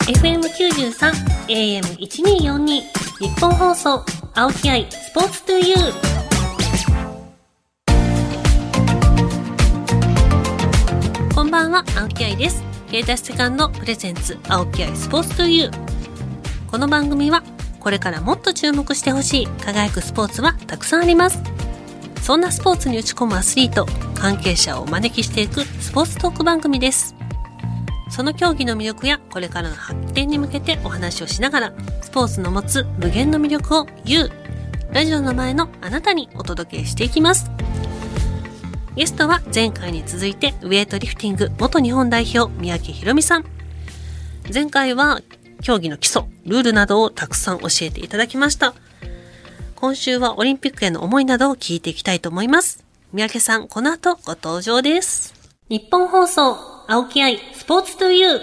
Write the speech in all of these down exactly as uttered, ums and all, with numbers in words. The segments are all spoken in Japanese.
エフエムきゅうじゅうさん、エーエムせんにひゃくよんじゅうに 日本放送青木愛スポーツトゥユー。こんばんは、青木愛です。Kダッシュセカンドプレゼンツ青木愛スポーツトゥユー。この番組はこれからもっと注目してほしい輝くスポーツはたくさんあります。そんなスポーツに打ち込むアスリート、関係者をお招きしていくスポーツトーク番組です。その競技の魅力やこれからの発展に向けてお話をしながら、スポーツの持つ無限の魅力を You ラジオの前のあなたにお届けしていきます。ゲストは前回に続いてウェイトリフティング元日本代表三宅宏実さん。前回は競技の基礎、ルールなどをたくさん教えていただきました。今週はオリンピックへの思いなどを聞いていきたいと思います。三宅さん、この後ご登場です。日本放送青木愛スポーツトゥユー。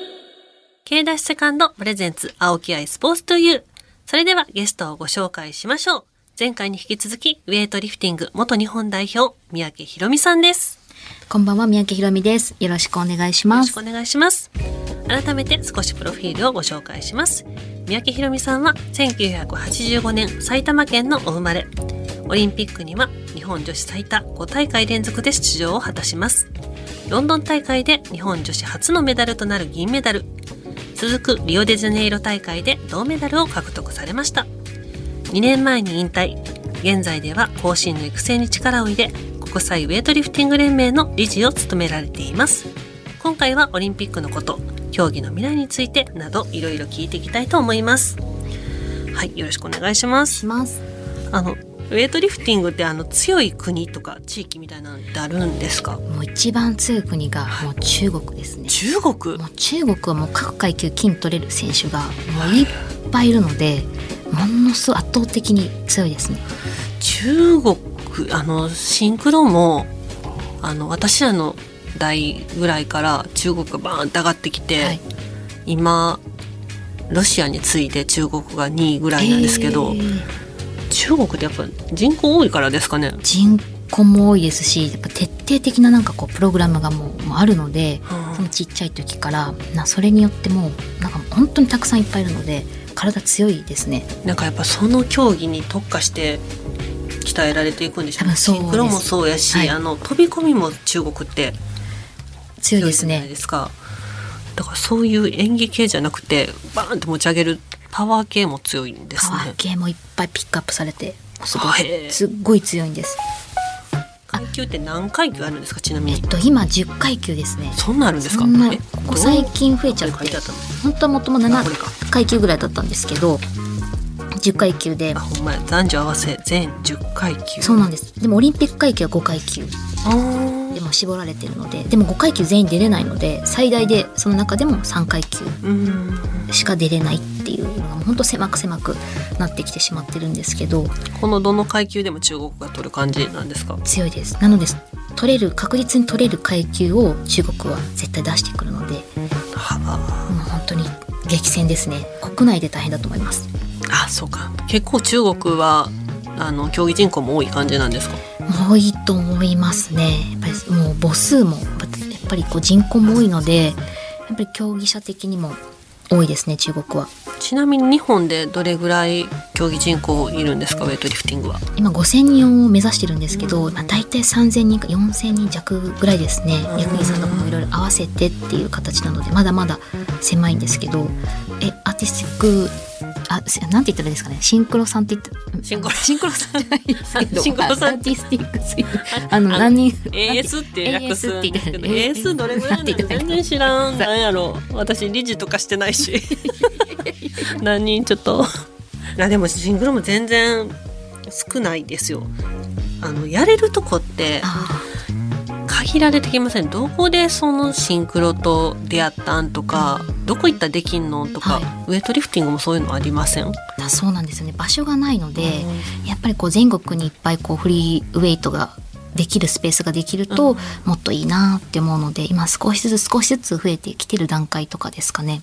K ダッシュセカンドプレゼンツ青木愛スポーツトゥユー。それではゲストをご紹介しましょう。前回に引き続きウェイトリフティング元日本代表三宅宏実さんです。 こんばんは、三宅宏実です。よろしくお願いします。 よろしくお願いします。改めて少しプロフィールをご紹介します。三宅宏実さんはせんきゅうひゃくはちじゅうごねん埼玉県のお生まれ。オリンピックには日本女子最多ごたいかい連続で出場を果たします。ロンドン大会で日本女子初のメダルとなる銀メダル、続くリオデジャネイロ大会で銅メダルを獲得されました。にねんまえに引退。現在では後進の育成に力を入れ、国際ウェイトリフティング連盟の理事を務められています。今回はオリンピックのこと、競技の未来についてなどいろいろ聞いていきたいと思います。はい、よろしくお願いします。 します。 あのウェイトリフティングってあの強い国とか地域みたいなのってあるんですか？ もう一番強い国がもう中国ですね。 中国？ もう中国はもう各階級金取れる選手がもういっぱいいるので、ものすごい圧倒的に強いですね。 中国、あのシンクロもあの私らの代ぐらいから中国がバーンって上がってきて、はい、今ロシアに次いで中国がにいぐらいなんですけど、えー、中国ってやっぱ人口多いからですかね？ 人口も多いですし、やっぱ徹底的ななんかこうプログラムがもう、もうあるので、うん、そのちっちゃい時からな、それによってもうなんか本当にたくさんいっぱいいるので体強いですね。 なんかやっぱその競技に特化して鍛えられていくんでしょうね。シンクロもそうやし、はい、あの飛び込みも中国って強いですね。 強いじゃないですか。だからそういう演技系じゃなくてバーンって持ち上げるパワー系も強いんですね。 パワー系もいっぱいピックアップされてすごいすっごい強いんです。 階級って何階級あるんですか？ちなみに、 えっと、今じゅっかいきゅうですね。 そんなあるんですか？ ここ最近増えちゃって、本当はもともとななかいきゅうぐらいだったんですけどじゅっかいきゅうで、 あ、ほんまや、男女合わせ全じゅっかいきゅう。 そうなんです。でもオリンピック階級はごかいきゅうでも絞られてるので、でもごかいきゅう全員出れないので、最大でその中でもさんかいきゅうしか出れないっていうのがもう本当狭く狭くなってきてしまってるんですけど、このどの階級でも中国が取る感じなんですか？ 強いです。なので取れる確実に取れる階級を中国は絶対出してくるので、はあ、もう本当に激戦ですね。国内で大変だと思います。 あ、そうか。結構中国はあの競技人口も多い感じなんですか？ 多いと思いますね。やっぱりもう母数もやっぱりこう人口も多いので、やっぱり競技者的にも多いですね、中国は。 ちなみに日本でどれぐらい競技人口いるんですか？ウェイトリフティングは今ごせんにんを目指してるんですけど、まあ、大体さんぜんにんかよんせんにん弱ぐらいですね。役員さんとかもいろいろ合わせてっていう形なのでまだまだ狭いんですけど、えアーティスティックあ、なんて言ったらいいですかね、シンクロさんって言ったシンクロシンクロさんじゃないですけどシンクロさんアーティスティックスイあの何人エーエス って略すんですけど エーエス どれぐらいなの全然知らん。何やろ、私理事とかしてないし何人ちょっとあ、でもシンクロも全然少ないですよ。あのやれるとこって限られてきません？どこでそのシンクロと出会ったんとか、どこ行ったらできんのとか、はい、ウェイトリフティングもそういうのありません？ だそうなんですよね。場所がないので、うん、やっぱりこう全国にいっぱいこうフリーウェイトができるスペースができると、うん、もっといいなって思うので、今少しずつ少しずつ増えてきてる段階とかですかね。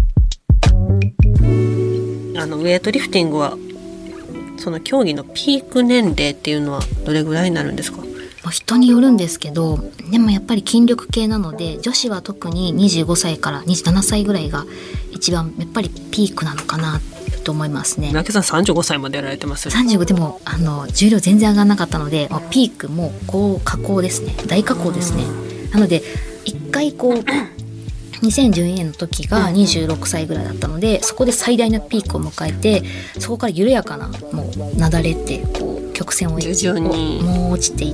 あのウェイトリフティングはその競技のピーク年齢っていうのはどれぐらいになるんですか？ う人によるんですけど、でもやっぱり筋力系なので女子は特ににじゅうごさいからにじゅうななさいぐらいが一番やっぱりピークなのかなと思いますね。 三宅さんさんじゅうごさいまでやられてますよね。 さんじゅうごでもあの重量全然上がらなかったので、もうピークもこう下降ですね、大下降ですね。なので一回こうにせんじゅうにねんの時がにじゅうろくさいぐらいだったので、そこで最大のピークを迎えて、そこから緩やかなもうなだれってこう曲線を徐々にもう落ちていって、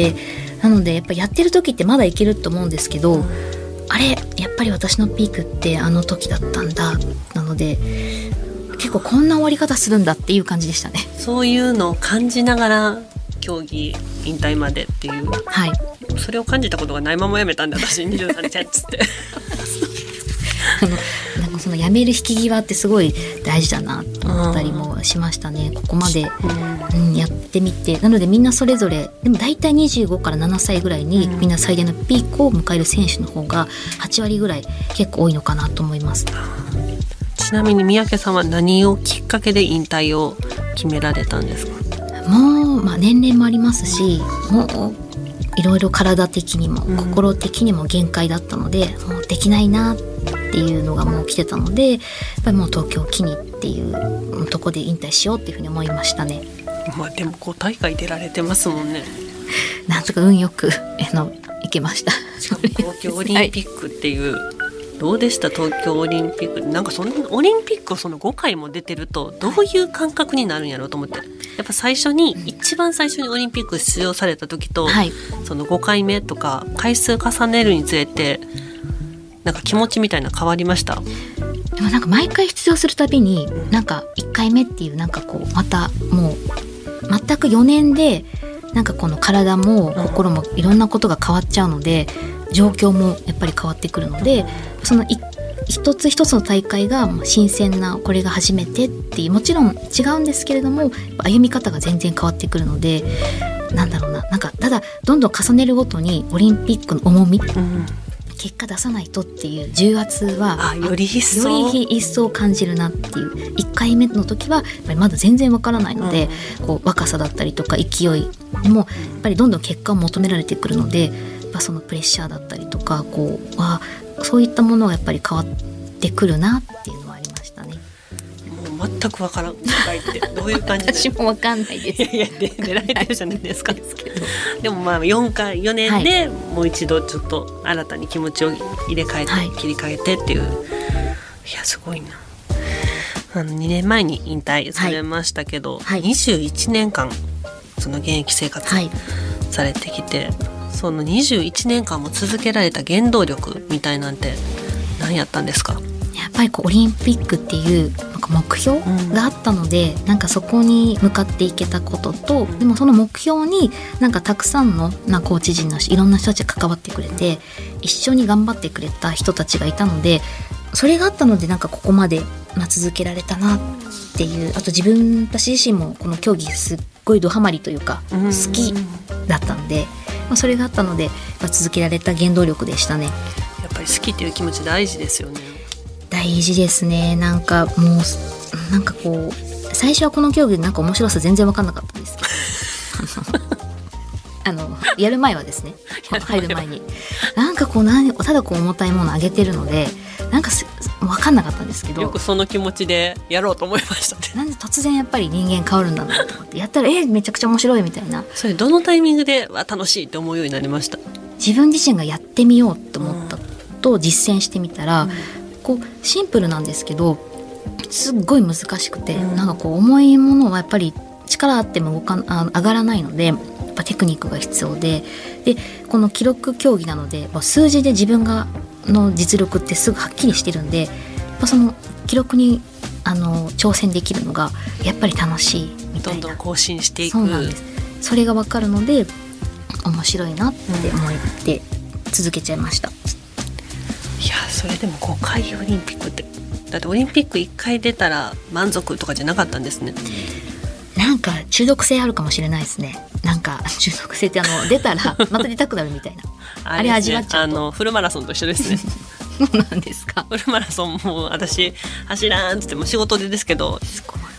なのでやっぱやってる時ってまだいけると思うんですけど、あれやっぱり私のピークってあの時だったんだ、なので結構こんな終わり方するんだっていう感じでしたね。 そういうのを感じながら競技引退までっていう、 はい、 それを感じたことがないままやめたんで、私にじゅうさんにちっつってあのなんかそのやめる引き際ってすごい大事だなと思ったりもしましたね、ここまで、うん、やってみて。なのでみんなそれぞれでも大体にじゅうごからななさいぐらいにみんな最大のピークを迎える選手の方がはちわりぐらい結構多いのかなと思います。 ちなみに三宅さんは何をきっかけで引退を決められたんですか？ もう、まあ、年齢もありますし、もういろいろ体的にも心的にも限界だったので、うん、もうできないなっていうのがもう来てたので、やっぱりもう東京を機にっていうとこで引退しようっていうふうに思いましたね。 まあでもご大会出られてますもんね。 なんとか運よくあの行けました。 しかも東京オリンピックっていう、はい、どうでした東京オリンピック？なんかそのオリンピックをそのごかいも出てるとどういう感覚になるんやろうと思って、やっぱ最初に、うん、一番最初にオリンピック出場された時と、はい、そのごかいめとか回数重ねるにつれてなんか気持ちみたいな変わりました？ でもなんか毎回出場するたびになんかいっかいめっていうなんかこうまたもう全くよねんでなんかこの体も心もいろんなことが変わっちゃうので、状況もやっぱり変わってくるので、その一つ一つの大会が新鮮な、これが初めてっていう、もちろん違うんですけれども歩み方が全然変わってくるので、なんだろうな、なんかただどんどん重ねるごとにオリンピックの重み、うん、結果出さないとっていう重圧はより一層より一層感じるなっていう。いっかいめの時はやっぱりまだ全然わからないので、うん、こう若さだったりとか勢いでもやっぱりどんどん結果を求められてくるので、やっぱそのプレッシャーだったりとかこうあそういったものがやっぱり変わってくるなっていうのはありましたね。 もう全くわからんってどういう感じで私もわかんないです。 いやいやで出られてるじゃないですかですけど、でもまあよんかいよねんでもう一度ちょっと新たに気持ちを入れ替えて、はい、切り替えてっていう、いやすごいな。あのにねんまえに引退されましたけど、はい、にじゅういちねんかんその現役生活されてきて、はい、そのにじゅういちねんかんも続けられた原動力みたいなんて何やったんですか？ やっぱりこうオリンピックっていうなんか目標があったので、うん、なんかそこに向かっていけたことと、でもその目標になんかたくさんのなコーチ陣のいろんな人たちが関わってくれて、一緒に頑張ってくれた人たちがいたので、それがあったのでなんかここまでまあ続けられたなっていう。あと自分私自身もこの競技すっごいドハマりというか好きだったんで、まあ、それがあったので、まあ、続けられた原動力でしたね。 やっぱり好きっていう気持ち大事ですよね。 大事ですね。なんかもうなんかこう最初はこの競技でなんか面白さ全然分かんなかったんですけどあのやる前はですね入る前になんかこう何ただこう重たいもの上げてるのでなんか分かんなかったんですけど、 よくその気持ちでやろうと思いましたね。 なんで突然やっぱり人間変わるんだなと思ってやったらえめちゃくちゃ面白いみたいな。 それどのタイミングでは楽しいって思うようになりました？ 自分自身がやってみようと思ったと実践してみたら、うん、こうシンプルなんですけどすっごい難しくて、うん、なんかこう重いものはやっぱり力あっても動かあ上がらないので、やっぱテクニックが必要で、でこの記録競技なので数字で自分がの実力ってすぐはっきりしてるんで、やっぱその記録にあの挑戦できるのがやっぱり楽しいみたいな。 どんどん更新していく。 そうなんです。それが分かるので面白いなって思って続けちゃいました。 いやそれでもごかいオリンピックってだってオリンピックいっかい出たら満足とかじゃなかったんですね。 なんか中毒性あるかもしれないですね。なんか中毒性ってあの出たらまた出たくなるみたいなあれ味わっちゃうと、 あのフルマラソンと一緒ですねそうなんですか。 フルマラソンも私走らんって言っても仕事でですけど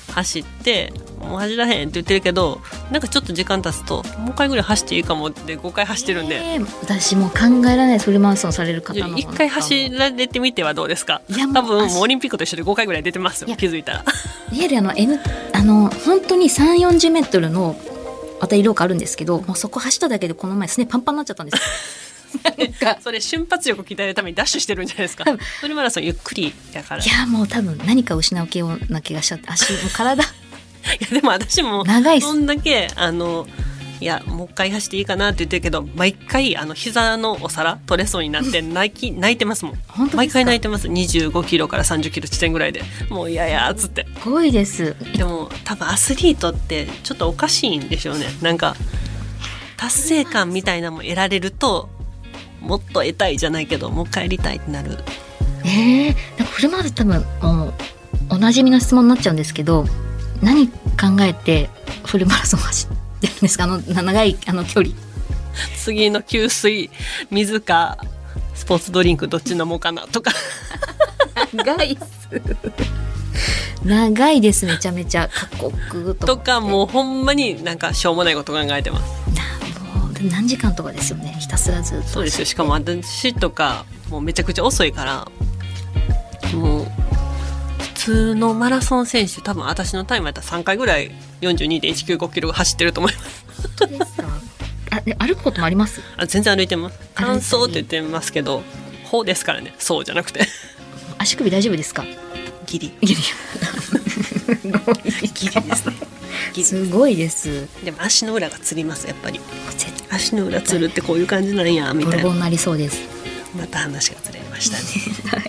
走ってもう走らへんって言ってるけど、なんかちょっと時間経つともう一回ぐらい走っていいかもってごかい走ってるんで、 えー、私もう考えられないフルマラソンされる方のいっかい走られてみてはどうですか。 いやもう多分もうオリンピックと一緒でごかいぐらい出てますよ、気づいたら。 リアルあの、N、あの本当にさんじゅう、よんじゅうメートルの渡り廊下あるんですけど、もうそこ走っただけでこの前すねパンパンになっちゃったんですなんかそれ瞬発力鍛えるためにダッシュしてるんじゃないですか。フルマラソンゆっくりだから。 いやもう多分何か失うような気がしちゃって、足も体いやでも私も長いっす。 そんだけあのいやもう一回走っていいかなって言ってるけど、毎回あの膝のお皿取れそうになって泣き泣いてますもん。 本当ですか。 毎回泣いてます。にじゅうごキロからさんじゅっキロ地点ぐらいでもういやいやっつって。 すごいです。 でも多分アスリートってちょっとおかしいんでしょうね。なんか達成感みたいなのも得られるともっと得たいじゃないけど、もう一回やりたいってなる。 えー、なんかフルマラソン多分もうおなじみの質問になっちゃうんですけど、何考えてフルマラソン走ってるんですか。あの長いあの距離。 次の給水水かスポーツドリンクどっち飲もうかなとか長いっす長いです。めちゃめちゃ過酷ととか、もうほんまになんかしょうもないこと考えてます。 なもう何時間とかですよね、ひたすらずっと。 そうですよ。しかも私とかもうめちゃくちゃ遅いから、もう普通のマラソン選手多分私のタイムやったらさんかいぐらい よんじゅうにてんいちきゅうご キロ走ってると思います。 本当ですか。あで歩くこともあります。 あ全然歩いてます。乾燥って言ってますけど歩ですからね、そうじゃなくて足首大丈夫ですか。 ギリギリギリですね。ギリすごいです。 でも足の裏がつります。やっぱり絶対足の裏つるってこういう感じなんやみたいな。 ボロボロになりそうです。 また話がずれましたね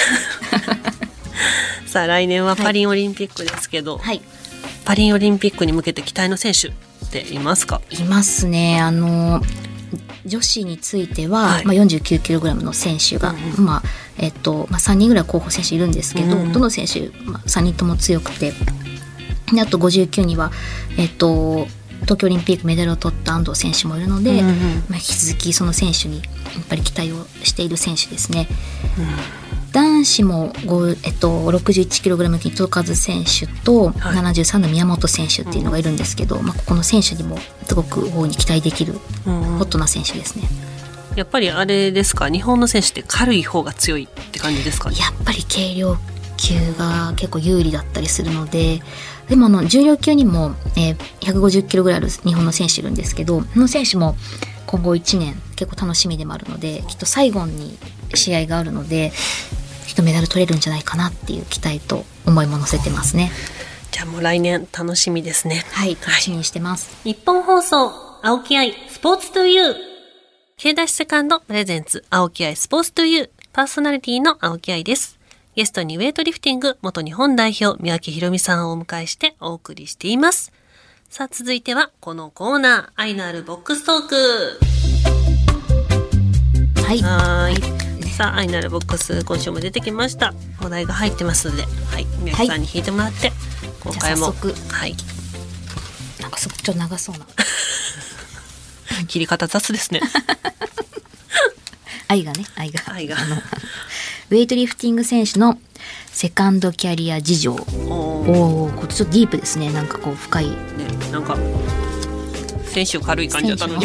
さあ来年はパリオリンピックですけど、 はい、 パリオリンピックに向けて期待の選手っていますか。 いますね。あの女子については、 はい、 まあ、よんじゅうきゅうキログラムの選手が、うんまあえっとまあ、さんにんぐらい候補選手いるんですけど、うん、どの選手、まあ、さんにんとも強くて、であとごじゅうきゅうには、えっと、東京オリンピックメダルを取った安藤選手もいるので、うんうんまあ、引き続きその選手にやっぱり期待をしている選手ですね。うん、男子も、えっと、ろくじゅういちキログラム級糸数選手と、はい、ななじゅうさんの宮本選手っていうのがいるんですけど、うんまあ、ここの選手にもすごく大いに期待できるホットな選手ですね。 うん、やっぱりあれですか、日本の選手って軽い方が強いって感じですかね。 やっぱり軽量級が結構有利だったりするので、でもあの重量級にも、えー、ひゃくごじゅっキロぐらいある日本の選手いるんですけど、この選手も今後いちねん結構楽しみでもあるので、きっと最後に試合があるのできっとメダル取れるんじゃないかなっていう期待と思いも乗せてますね。 じゃあもう来年楽しみですね。 はい、楽しみにしてます。 日本放送青木愛スポーツトゥユー、 K ダッシュセカンドプレゼンツ青木愛スポーツトゥユー、パーソナリティの青木愛です。ゲストにウェイトリフティング元日本代表三宅宏美さんをお迎えしてお送りしています。さあ続いてはこのコーナー、愛のあるボックストーク。 はいはい、さあ愛のあるボックス今週も出てきました。お題が入ってますので、はい、三宅さんに引いてもらって、はい、今回もじゃあ早速、 はい、 なんかすごくちょっと長そうな切り方雑ですね愛がね愛が愛がウェイトリフティング選手のセカンドキャリア事情。おお、これちょっとディープですね。なんかこう深い、ね、 なんか選手軽い感じだったのに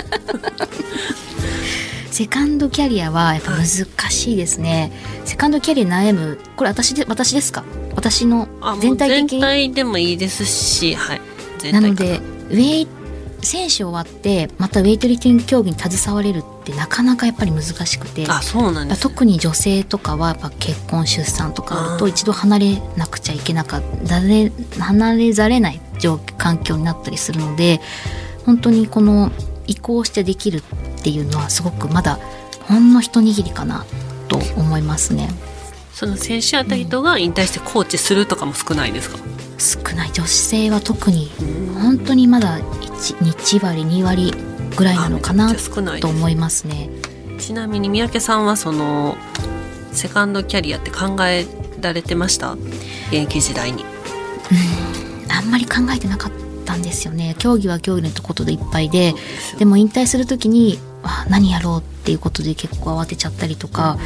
セカンドキャリアはやっぱ難しいですね。セカンドキャリア悩む、これ私で私ですか。私の全体的に。 全体でもいいですし、はい、全体なのでウェイ選手終わってまたウェイトリフティング競技に携われるってなかなかやっぱり難しくて、 あ、そうなんですね。 特に女性とかはやっぱ結婚出産とかあると一度離れなくちゃいけなかった離れざれない状況環境になったりするので、本当にこの移行してできるっていうのはすごくまだほんの一握りかなと思いますね。 その選手やった人が引退してコーチするとかも少ないですか。 少ない。女性は特に本当にまだ 1, いち割に割ぐらいなのかなと思いますね。 ちなみに三宅さんはそのセカンドキャリアって考えられてました？現役時代に。 うん、あんまり考えてなかったんですよね。競技は競技のことでいっぱいで、でも引退するときにあ何やろうっていうことで結構慌てちゃったりとか、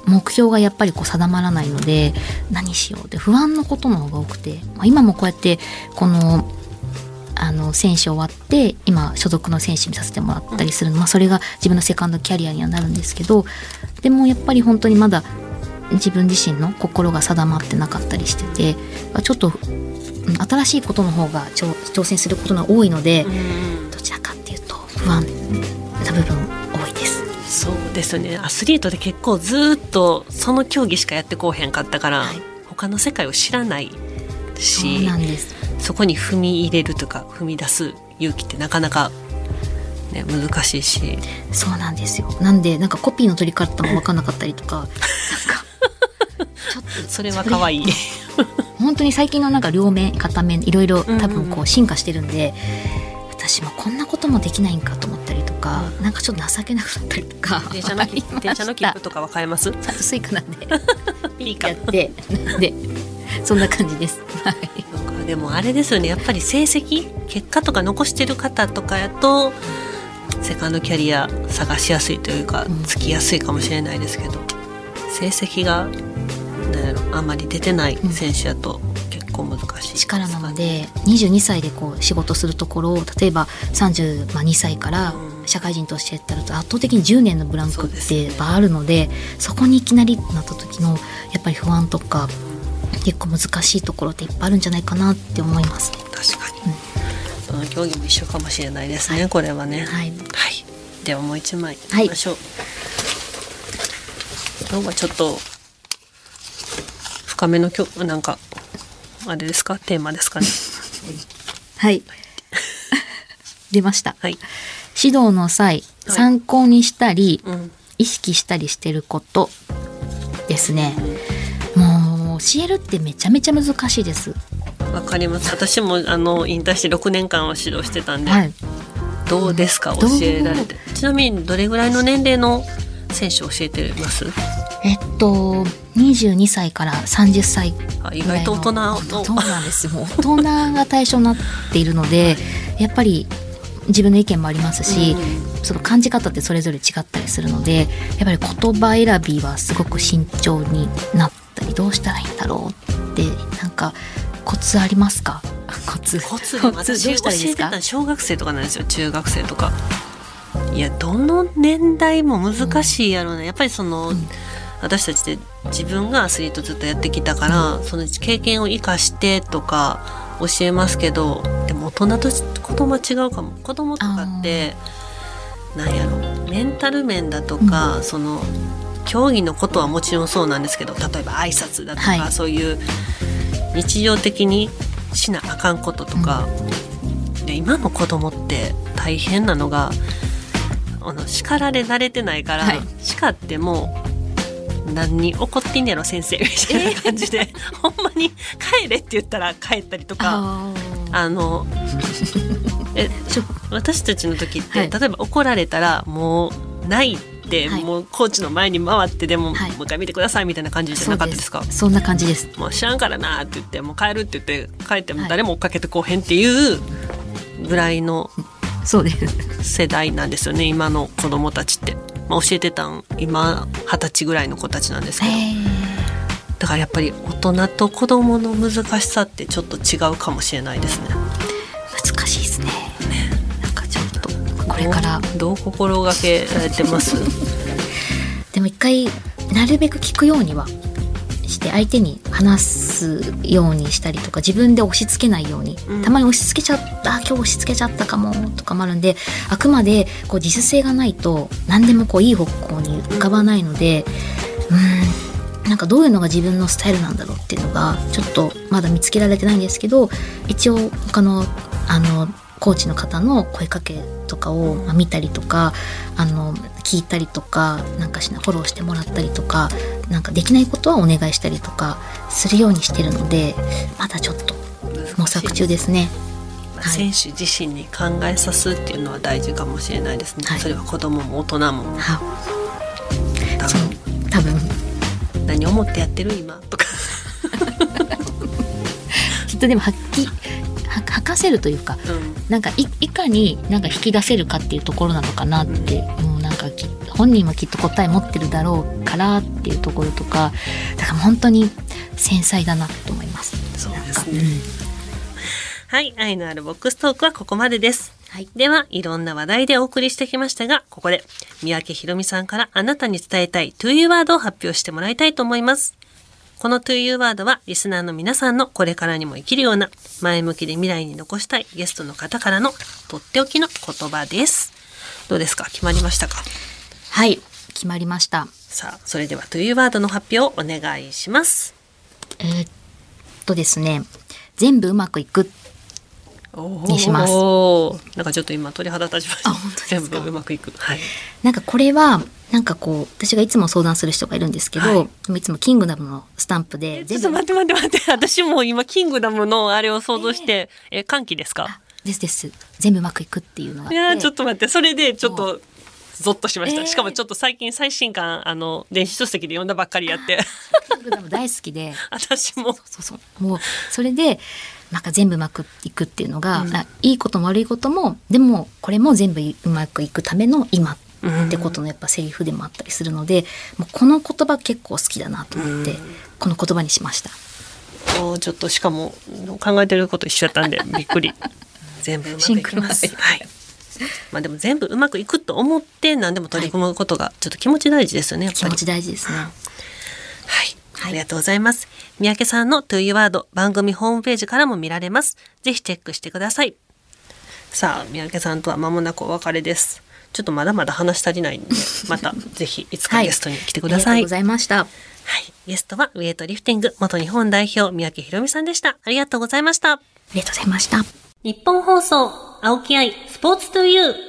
目標がやっぱりこう定まらないので何しようって不安のことの方が多くて、まあ、今もこうやってこのあの選手終わって今所属の選手見させてもらったりするの、まあ、それが自分のセカンドキャリアにはなるんですけど、でもやっぱり本当にまだ自分自身の心が定まってなかったりしてて、ちょっと新しいことの方が挑挑戦することが多いので、どちらかっていうと不安な部分多いです。 そうですね。アスリートで結構ずっとその競技しかやってこうへんかったから、はい、他の世界を知らないし、 そうなんです。 そこに踏み入れるとか踏み出す勇気ってなかなか、ね、難しいし。 そうなんですよ。なんでなんかコピーの取り方も分からなかったりとかなんかちょっとそれは可愛い本当に最近のなんか両面片面いろいろ多分こう進化してるんで、うんうん、私もこんなこともできないんかと思ったりとか、うん、なんかちょっと情けなくなったりとか。 電車の電車の切符とかは買えます？ スイカなんでピーカやってでそんな感じです。はい。 なんかでもあれですよね、やっぱり成績結果とか残してる方とかやとセカンドキャリア探しやすいというか、うん、つきやすいかもしれないですけど、成績がなんやろあんまり出てない選手だと結構難しい、うん、 力なのでにじゅうにさいでこう仕事するところを例えばさんじゅうにさいから社会人としてやったら圧倒的にじゅうねんのブランクってあるので、 そ, で、ね、そこにいきなりなった時のやっぱり不安とか結構難しいところっていっぱいあるんじゃないかなって思います。 確かに、うん、その競技も一緒かもしれないですね、はい、これはね、はい、はい、ではもう一枚いきましょう、はい、今日はちょっと深めのきょなんかあれですか、テーマですかねはい出ました、 はい、 指導の際、はい、参考にしたり、 うん、 意識したりしてることですね、うん、もう教えるってめちゃめちゃ難しいです。 わかります。私もあの引退してろくねんかんは指導してたんで、はい、どうですか、教えられて。ちなみにどれぐらいの年齢の選手を教えてます？ えっとにじゅうにさいからさんじゅっさいぐらいの。 意外と大人の。 そうなんです。もう大人が対象になっているのでやっぱり自分の意見もありますし、うん、その感じ方ってそれぞれ違ったりするので、やっぱり言葉選びはすごく慎重になったり、どうしたらいいんだろうってなんかコツありますか？コツコツで私教えてた小学生とかなんですよ、中学生とか。いやどの年代も難しいやろうね、やっぱりその、うん、私たちって自分がアスリートずっとやってきたから、うん、その経験を生かしてとか教えますけど、でも大人と子供は違うかも。子供とかってなんやろメンタル面だとか、うん、その競技のことはもちろんそうなんですけど、例えば挨拶だとか、はい、そういう日常的にしなあかんこととか、うん、で今の子供って大変なのがあの叱られ慣れてないから、はい、叱っても何に怒ってんやろ先生みたいな感じで、えー、ほんまに帰れって言ったら帰ったりとか、ああのえ私たちの時って、はい、例えば怒られたらもうないって、はい、もうコーチの前に回ってでも、はい、もう一回見てくださいみたいな感じじゃなかったですか？ そ, そんな感じです。 もう知らんからなって言ってもう帰るって言って帰っても誰も追っかけてこうへんっていうぐらいのそうです世代なんですよね、今の子供たちって。まあ、教えてたん今二十歳ぐらいの子たちなんですけど、だからやっぱり大人と子供の難しさってちょっと違うかもしれないですね。 難しいですね。なんかちょっとこれからどう心がけられてますでも一回なるべく聞くようにはして相手に話すようにしたりとか、自分で押し付けないように、うん、たまに押し付けちゃった今日押し付けちゃったかもとかもあるんで、あくまでこう自主性がないと何でもこういい方向に浮かばないので、うーんなんかどういうのが自分のスタイルなんだろうっていうのがちょっとまだ見つけられてないんですけど、一応他のあのコーチの方の声かけとかを、まあ、見たりとかあの聞いたりとかなんかしなフォローしてもらったりとか、なんかできないことはお願いしたりとかするようにしてるので、まだちょっと模索中ですね。 はい、選手自身に考えさすっていうのは大事かもしれないですね、はい、それは子供も大人も、 は多分、 多分何思ってやってる今とかきっとでもはっき吐かせるというか、うん、なんか い, いかになんか引き出せるかっていうところなのかなって、うん、もうなんか本人もきっと答え持ってるだろうからっていうところとか、だから本当に繊細だなと思います。 そうですね、うん、はい、愛のあるボックストークはここまでです。はい、ではいろんな話題でお送りしてきましたが、ここで三宅宏美さんからあなたに伝えたい トゥーユー ワードを発表してもらいたいと思います。この トゥーユー ワードはリスナーの皆さんのこれからにも生きるような前向きで未来に残したいゲストの方からのとっておきの言葉です。どうですか、決まりましたか？ はい、決まりました。 さあ、それでは トゥーユー ワードの発表をお願いします。 えー、っとですね全部うまくいくにします。 なんかちょっと今鳥肌立ちました。全部うまくいく、はい、なんかこれはなんかこう私がいつも相談する人がいるんですけど、はい、いつもキングダムのスタンプでちょっと待って待って待って私も今キングダムのあれを想像して、えー、え歓喜ですか？ ですです全部うまくいくっていうのがあって、いやちょっと待って、それでちょっとゾッとしました、えー、しかもちょっと最近最新刊あの電子書籍で読んだばっかりやってキングダム大好きで私もそうそうそうもうそれでなんか全部うまくいくっていうのが、うん、いいことも悪いこともでもこれも全部うまくいくための今ってことのやっぱセリフでもあったりするので、もうこの言葉結構好きだなと思って、うん、この言葉にしました。 おちょっとしかも考えてること一緒やったんでびっくり全部うまくいきます、はい、まあでも全部うまくいくと思って何でも取り組むことがちょっと気持ち大事ですよね、やっぱり気持ち大事ですね。はいありがとうございます。三宅さんの トゥーユー ワード番組ホームページからも見られます。ぜひチェックしてください。さあ三宅さんとは間もなくお別れです。ちょっとまだまだ話足りないんでまたぜひいつかゲストに来てください、 はい、ありがとうございました。 はい、ゲストはウエイトリフティング元日本代表三宅宏美さんでした。ありがとうございました。 ありがとうございました。 日本放送青木愛スポーツ トゥーユー。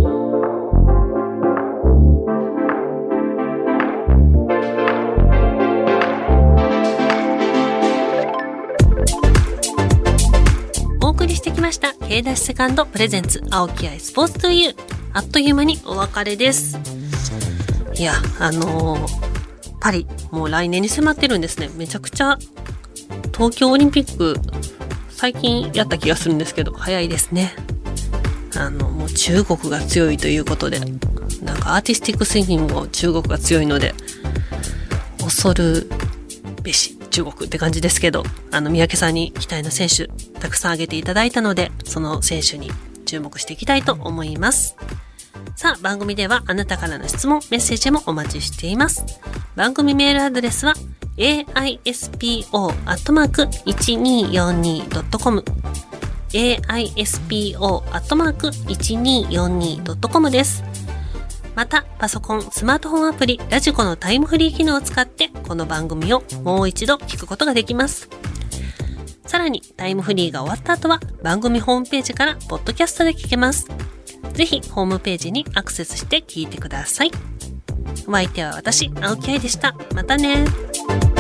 お送りしてきました K ダッシュセカンドプレゼンツ青木愛スポーツ トゥーユー。あっという間にお別れです。いやあのー、パリもう来年に迫ってるんですね。めちゃくちゃ東京オリンピック最近やった気がするんですけど早いですね。あのもう中国が強いということで、なんかアーティスティックスイミングも中国が強いので恐るべし中国って感じですけど、あの三宅さんに期待の選手たくさん挙げていただいたので、その選手に注目していきたいと思います。さあ番組ではあなたからの質問メッセージもお待ちしています。番組メールアドレスは エーアイエスピーオー アットマーク いちにーよんにー ドットコム エーアイエスピーオー アットマーク いちにーよんにー ドットコム です。またパソコンスマートフォンアプリラジコのタイムフリー機能を使ってこの番組をもう一度聞くことができます。さらにタイムフリーが終わった後は番組ホームページからポッドキャストで聞けます。ぜひホームページにアクセスして聞いてください。お相手は私青木愛でした。またね。